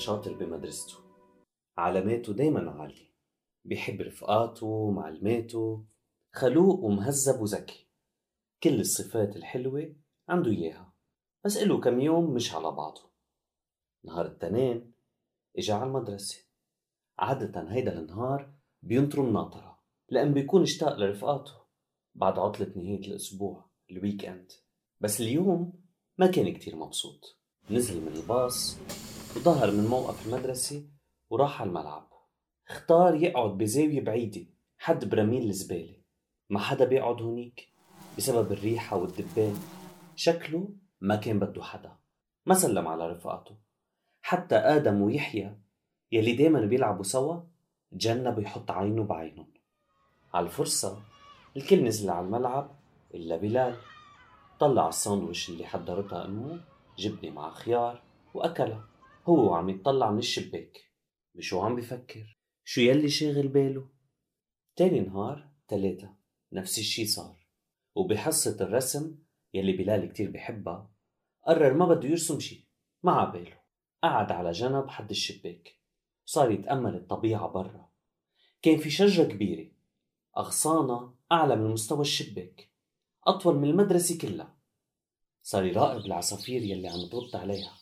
شاطر بمدرسته، علاماته دايما عالية، بيحب رفقاته ومعلماته، خلوق ومهذب وذكي، كل الصفات الحلوة عنده إياها. بس إله كم يوم مش على بعضه. نهار التنين إجا على المدرسة. عادة هيدا النهار بينطروا الناطرة لأن بيكون اشتاق لرفقاته بعد عطلة نهاية الأسبوع الويك أند. بس اليوم ما كان كتير مبسوط. نزل من الباص وظهر من موقف المدرسة وراح على الملعب. اختار يقعد بزاوية بعيدة حد برميل الزبالة. ما حدا بيقعد هونيك بسبب الريحة والدبان. شكله ما كان بده حدا. ما سلم على رفقاته، حتى آدم ويحيى يلي دايما بيلعبوا سوا تجنب يحط عينه بعينهم. على الفرصة الكل نزل على الملعب إلا بلال. طلع الساندويش اللي حضرتها أمه، جبنة مع خيار، وأكلها هو وعم يطلع من الشباك. بشو عم بفكر؟ شو يلي شاغل باله؟ تاني نهار 3 نفس الشي صار، وبحصة الرسم يلي بلال كتير بحبها قرر ما بده يرسم شي. ما عباله، قعد على جنب حد الشباك، صار يتأمل الطبيعة برا. كان في شجرة كبيرة أغصانها أعلى من مستوى الشباك، أطول من المدرسة كلها. صار يراقب العصافير يلي عم تغط عليها.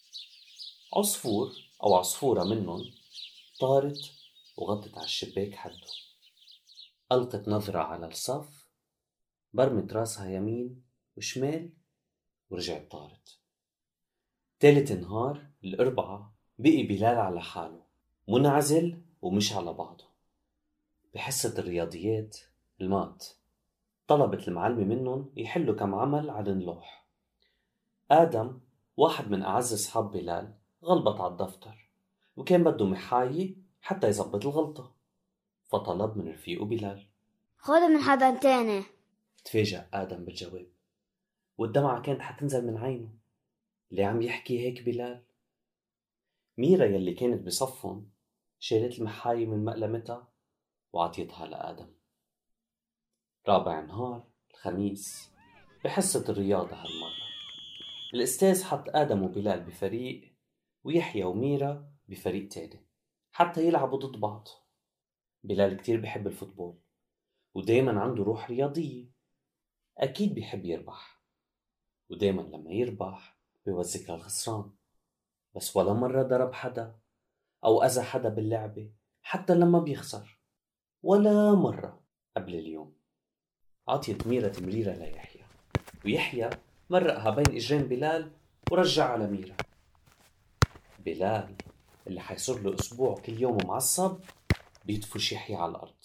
عصفور أو عصفورة منهم طارت وغطت على الشباك حده. ألقت نظرة على الصف، برمت راسها يمين وشمال ورجعت طارت. تالت نهار الأربعة بقي بلال على حاله، منعزل ومش على بعضه. بحصة الرياضيات المات طلبت المعلمة منهم يحلوا كم عمل على اللوح. آدم واحد من أعز أصحاب بلال غلبط على الدفتر، وكان بده محايي حتى يزبط الغلطة، فطلب من رفيقه بلال: خذ من حدا تاني. تفاجأ آدم بالجواب، والدمعة كانت حتنزل من عينه. اللي عم يحكي هيك بلال؟ ميرا يلي كانت بصفهم شالت المحايي من مقلمتها وعطيتها لآدم. رابع نهار الخميس بحصة الرياضة هالمرة الأستاذ حط آدم وبلال بفريق ويحيى وميرا بفريق تاني حتى يلعبوا ضد بعض. بلال كتير بيحب الفوتبول ودايما عنده روح رياضية، أكيد بيحب يربح، ودايما لما يربح بيوزك للخسران. بس ولا مرة ضرب حدا أو أذى حدا باللعبة حتى لما بيخسر، ولا مرة. قبل اليوم عطيت ميرا تمريرة ليحيى، ويحيى مرقها بين إجرين بلال ورجع على ميرا. بلال اللي حيصير له أسبوع كل يوم معصب بيدفش يحيى على الأرض.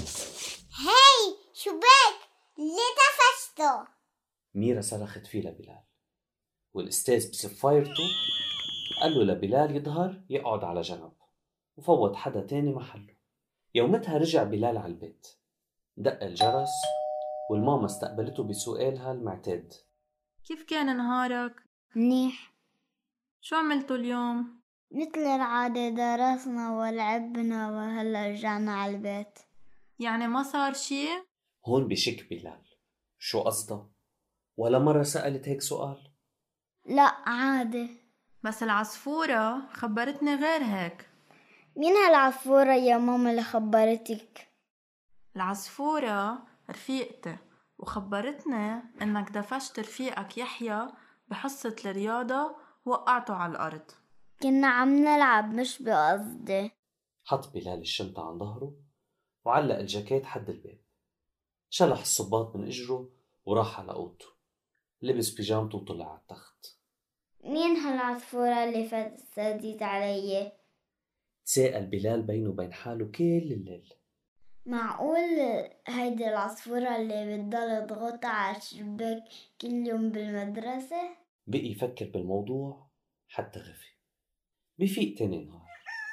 هاي شو بك؟ ليه تفشته؟ ميرا صرخت فيه لبلال، والأستاذ بسفايرته قال له لبلال يظهر يقعد على جنب وفوت حدا تاني محله. يومتها رجع بلال على البيت، دق الجرس والماما استقبلته بسؤالها المعتاد: كيف كان نهارك؟ منيح، شو عملتوا اليوم؟ مثل العادة درسنا ولعبنا وهلا رجعنا على البيت. يعني ما صار شي؟ هون بشك بلال، شو قصدها؟ ولا مرة سألت هيك سؤال؟ لا عادي. بس العصفورة خبرتني غير هيك. مين هالعصفورة يا ماما اللي خبرتك؟ العصفورة رفيقتي، وخبرتني انك دفشت رفيقك يحيى بحصة الرياضة وقعته على الأرض. كنا عم نلعب مش بقصدي. حط بلال الشنطة عن ظهره وعلق الجاكيت حد الباب، شلح الصباط من اجره وراح على اوضته، لبس بيجامته وطلع على التخت. مين هالعصفورة اللي فسدت علي؟ تساءل بلال بينه وبين حاله كل الليل. معقول هيدي العصفورة اللي بتضل تغط على الشباك كل يوم بالمدرسة؟ بقي يفكر بالموضوع حتى غفي. بفيق تاني نهار،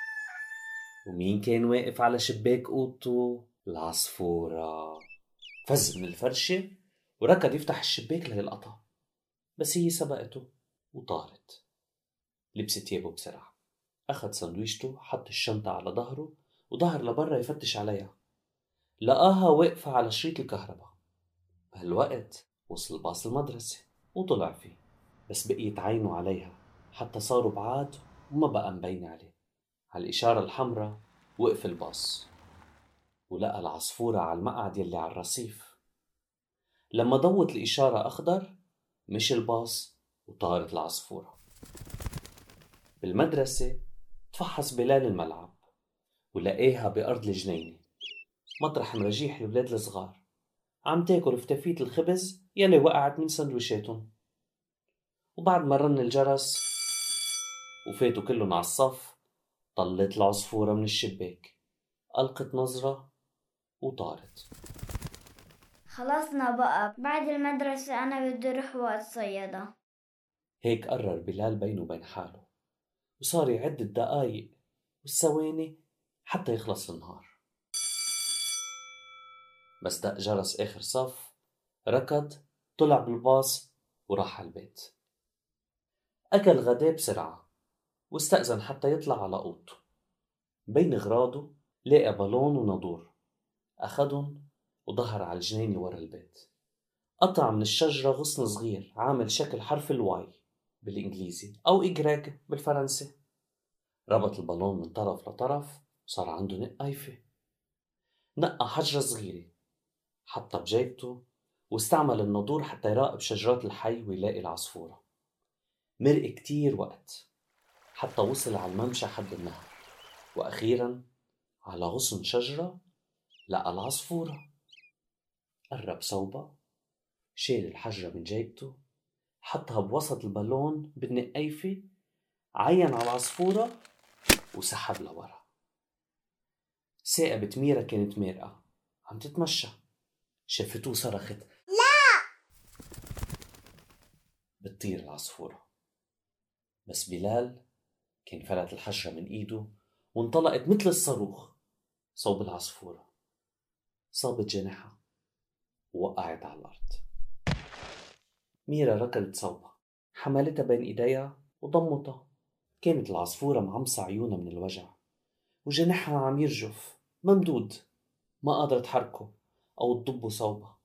ومين كان واقف على شباك اوضته؟ العصفورة. فز من الفرشة وركض يفتح الشباك ليلقطها، بس هي سبقته وطارت. لبس تيابه بسرعة، أخذ سندويشته، حط الشنطة على ظهره وظهر لبرا يفتش عليها. لقاها واقفة على شريط الكهرباء. بهالوقت وصل باص المدرسة وطلع فيه، بس بقيت عينه عليها حتى صاروا بعاد وما بقى مبين عليه. على الإشارة الحمراء وقف الباص، ولقى العصفورة على المقعد يلي على الرصيف. لما ضوت الإشارة أخضر مشي الباص وطارت العصفورة. بالمدرسة تفحص بلال الملعب ولقيها بأرض الجنينة مطرح مراجيح الولاد الصغار عم تاكل فتافيت الخبز يلي وقعت من سندويشاتهم. وبعد ما رن الجرس وفاتوا كلهم على الصف طلت العصفورة من الشباك، ألقت نظرة وطارت. خلصنا بقى، بعد المدرسة أنا بدي أروح وقت صيادة. هيك قرر بلال بينه وبين حاله، وصار يعد الدقايق والثواني حتى يخلص النهار. بس دق جرس آخر صف، ركض، طلع بالباص وراح على البيت. أكل غداء بسرعة واستأذن حتى يطلع على أوضته. بين غراضه لقى بالون ونادور، أخدهم وظهر على الجنينة ورا البيت. قطع من الشجرة غصن صغير عامل شكل حرف الواي بالإنجليزي أو إجراج بالفرنسي. ربط البالون من طرف لطرف وصار عنده نقايفة. نقى حجرة صغيرة حطها بجيبته واستعمل النادور حتى يراقب شجرات الحي ويلاقي العصفورة. مرق كتير وقت حتى وصل على الممشى حد النهر، وأخيرا على غصن شجرة لقى العصفورة. قرب صوبة، شيل الحجرة من جيبته، حطها بوسط البالون بالنقايفة، عين على العصفورة وسحب لورا. ثاقبت ميرا كانت مارقة عم تتمشى، شافتوه صرخت لا. بتطير العصفورة، بس بلال كان فلت الحجرة من ايده وانطلقت مثل الصاروخ صوب العصفورة. صابت جناحها ووقعت على الأرض. ميرا ركضت صوبها، حملتها بين ايديها وضمتها. كانت العصفورة معمصة عيونها من الوجع وجناحها عم يرجف ممدود، ما قادرة تحركه أو تضبه صوبها.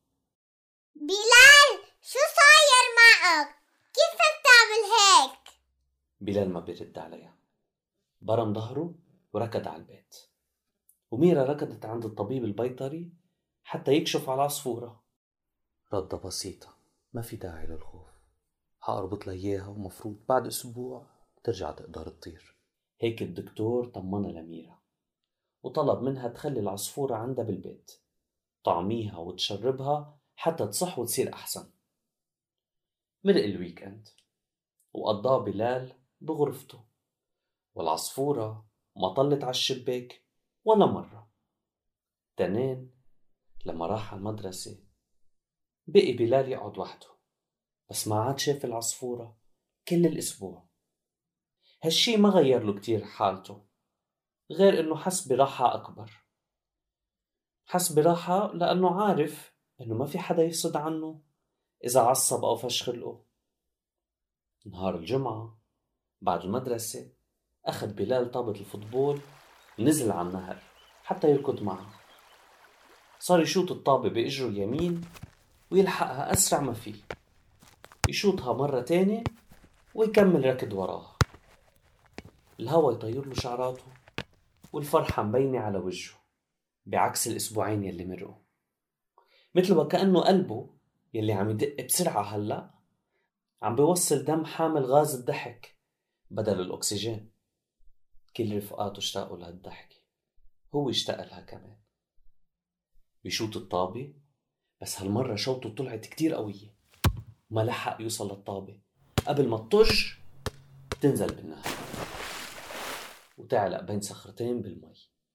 بلال، شو صاير معك؟ كيف بتعمل هيك؟ بلال ما بيرد عليها، برم ظهره وركض على البيت. وميرا ركضت عند الطبيب البيطري حتى يكشف على العصفورة. ردة بسيطة، ما في داعي للخوف، هأربط لها إياها ومفروض بعد أسبوع ترجع تقدر تطير. هيك الدكتور طمنها لميرا وطلب منها تخلي العصفورة عندها بالبيت، طعميها وتشربها حتى تصح وتصير أحسن. مرق الويكند وقضاه بلال بغرفته، والعصفورة ما طلت على الشباك ولا مرة. تنين لما راح على المدرسة بقي بلال يقعد وحده، بس ما عاد شاف العصفورة كل الأسبوع. هالشي ما غير له كتير حالته، غير إنه حس براحة أكبر. حس براحة لأنه عارف إنه ما في حدا يفسد عنه إذا عصب أو فش خلقه. نهار الجمعة بعد المدرسة أخذ بلال طابة الفوتبول ونزل على النهر حتى يركض معها. صار يشوط الطابة بإجره اليمين ويلحقها أسرع ما فيه، يشوطها مرة تانية ويكمل ركض وراها. الهوا يطير له شعراته والفرحة مبينة على وجهه بعكس الأسبوعين يلي مرقوا، مثل وكأنه قلبه يلي عم يدق بسرعة هلأ عم بيوصل دم حامل غاز الضحك بدل الأكسجين. كل رفقاته اشتاقوا لهالضحكة، هو اشتاق لها كمان. بيشوط الطابة، بس هالمرة شوطه طلعت كتير قوية وما لحق يوصل للطابة قبل ما تطج تنزل بالنهر وتعلق بين صخرتين بالمي.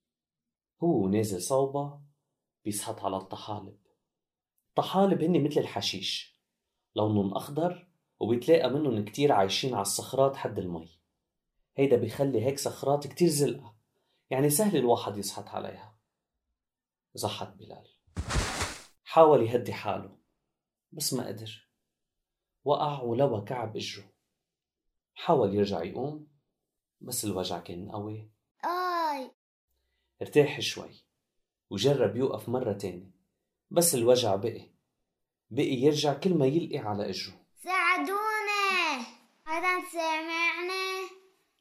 هو نازل صوبة بيسحط على الطحالب. الطحالب هن مثل الحشيش، لونهم أخضر وبيتلاقى منهم كتير عايشين على الصخرات حد المي. هيدا بيخلي هيك صخرات كتير زلقة، يعني سهل الواحد يسحط عليها. زحط بلال، حاول يهدي حاله بس ما قدر، وقع ولوى كعب اجره. حاول يرجع يقوم بس الوجع كان قوي. ارتاح شوي وجرب يوقف مرة تاني، بس الوجع بقي يرجع كل ما يلقي على اجره. ساعدوني، حدا سامعني؟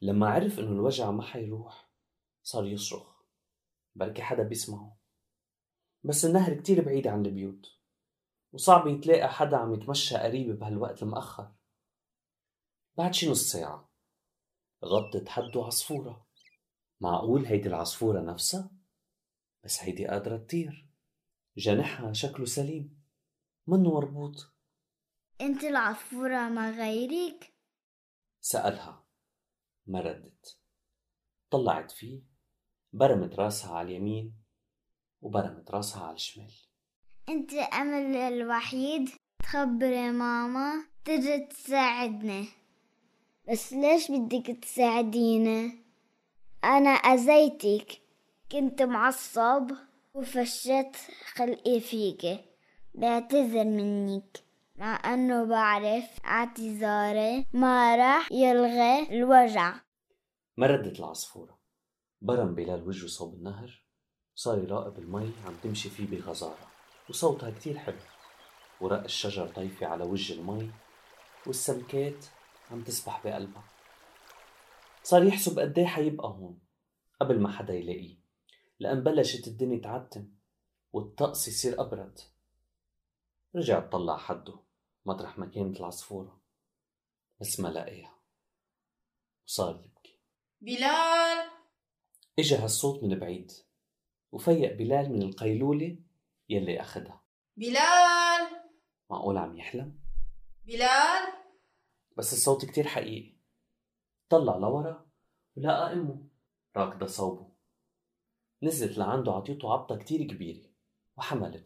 لما عرف إنه الوجع ما حيروح صار يصرخ، بركي حدا بيسمعه. بس النهر كتير بعيد عن البيوت، وصعب يتلاقى حدا عم يتمشى قريب بهالوقت المأخر. بعد شي نص ساعة غطت حده عصفورة. معقول هيدي العصفورة نفسها؟ بس هيدي قادرة تطير، جناحها شكله سليم منه مربوط. انت العصفورة ما غيرك؟ سألها، ما ردت. طلعت فيه، برمت راسها على اليمين وبرمت راسها على الشمال. انت الأمل الوحيد، تخبري ماما تجي تساعدنا. بس ليش بدك تساعدينا؟ أنا أذيتك، كنت معصب وفشت خلقي فيك، بعتذر منك، مع أنه بعرف اعتذاري ما راح يلغي الوجع. ما ردت العصفورة. برم بلال وجهه صوب النهر، صار يراقب المي عم تمشي فيه بغزارة، وصوتها كتير حلو، ورق الشجر طايفة على وجه المي، والسمكات عم تسبح بقلبها. صار يحسب قديه حيبقى هون قبل ما حدا يلاقيه، لأن بلشت الدنيا تعتم والطقس يصير أبرد. رجع طلع حده مطرح ما كانت العصفورة، بس ما لقيها وصار يبكي. بلال. إجا هالصوت من بعيد، وفيق بلال من القيلولة يلي أخدها. بلال. معقول عم يحلم؟ بلال. بس الصوت كتير حقيقي. طلع لورا ولقى أمه راكضة صوبه. نزلت لعنده عطيته عبطة كتير كبيرة وحملته.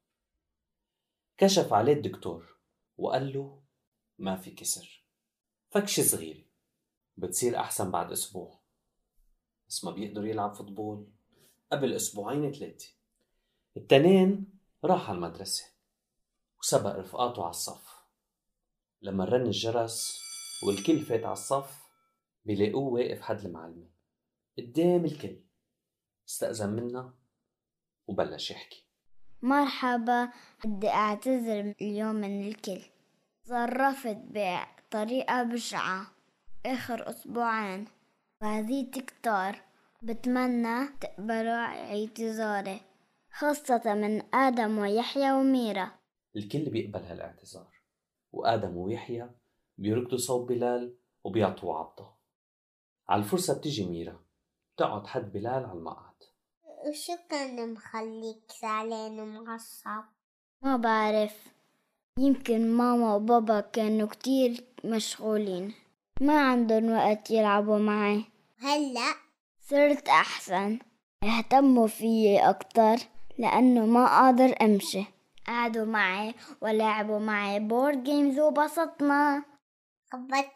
كشف عليه الدكتور وقال له ما في كسر، فكشة صغيرة بتصير أحسن بعد أسبوع، بس ما بيقدر يلعب فوتبول قبل أسبوعين 3. التنين راح على المدرسة وسبق رفقاته على الصف. لما رن الجرس والكل فات على الصف، بيلاقوه واقف حد المعلمة قدام الكل. استأذن منا وبلش يحكي. مرحبا، بدي أعتذر اليوم من الكل. تصرفت بطريقة بشعة آخر أسبوعين، وهذه كتار. بتمنى تقبلوا اعتذاري، خاصة من آدم ويحيى وميرا. الكل بيقبل هالاعتذار، وآدم ويحيى بيركضوا صوب بلال وبيعطوه عبطة. على الفرصة بتيجي ميرا بتقعد حد بلال على المقعد. وشو كان مخليك زعلان ومعصب؟ ما بعرف، يمكن ماما وبابا كانوا كتير مشغولين، ما عندهم وقت يلعبوا معي. هلأ صرت أحسن، اهتموا فيي أكتر لأنه ما قادر أمشي. قعدوا معي ولعبوا معي بورد جيمز وبسطنا. خبرت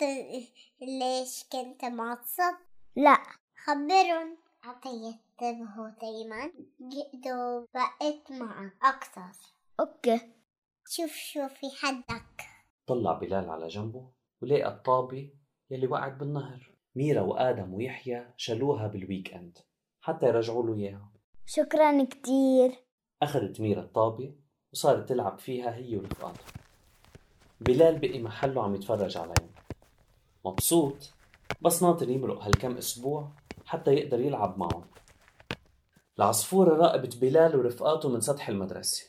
ليش كنت معصب؟ لا. خبرهم عطية انتبهوا دايما يقضوا وقت معك أكتر. أوكي. شوف في حدك. طلع بلال على جنبه ولقى الطابة يلي وقعت بالنهر. ميرا وآدم ويحيى شالوها بالويك اند حتى يرجعوا له إياها. شكرا كتير. أخذت ميرا الطابة وصارت تلعب فيها هي ورفقاتها. بلال بقي محله عم يتفرج عليهم مبسوط، بس ناطر يمرق هالكم أسبوع حتى يقدر يلعب معهم. العصفورة راقبت بلال ورفقاته من سطح المدرسة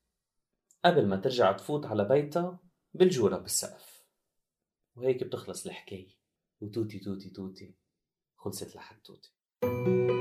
قبل ما ترجع تفوت على بيتها بالجورة بالسقف. وهيك بتخلص الحكاية، وتوتي توتي توتي خلصت لحد توتي.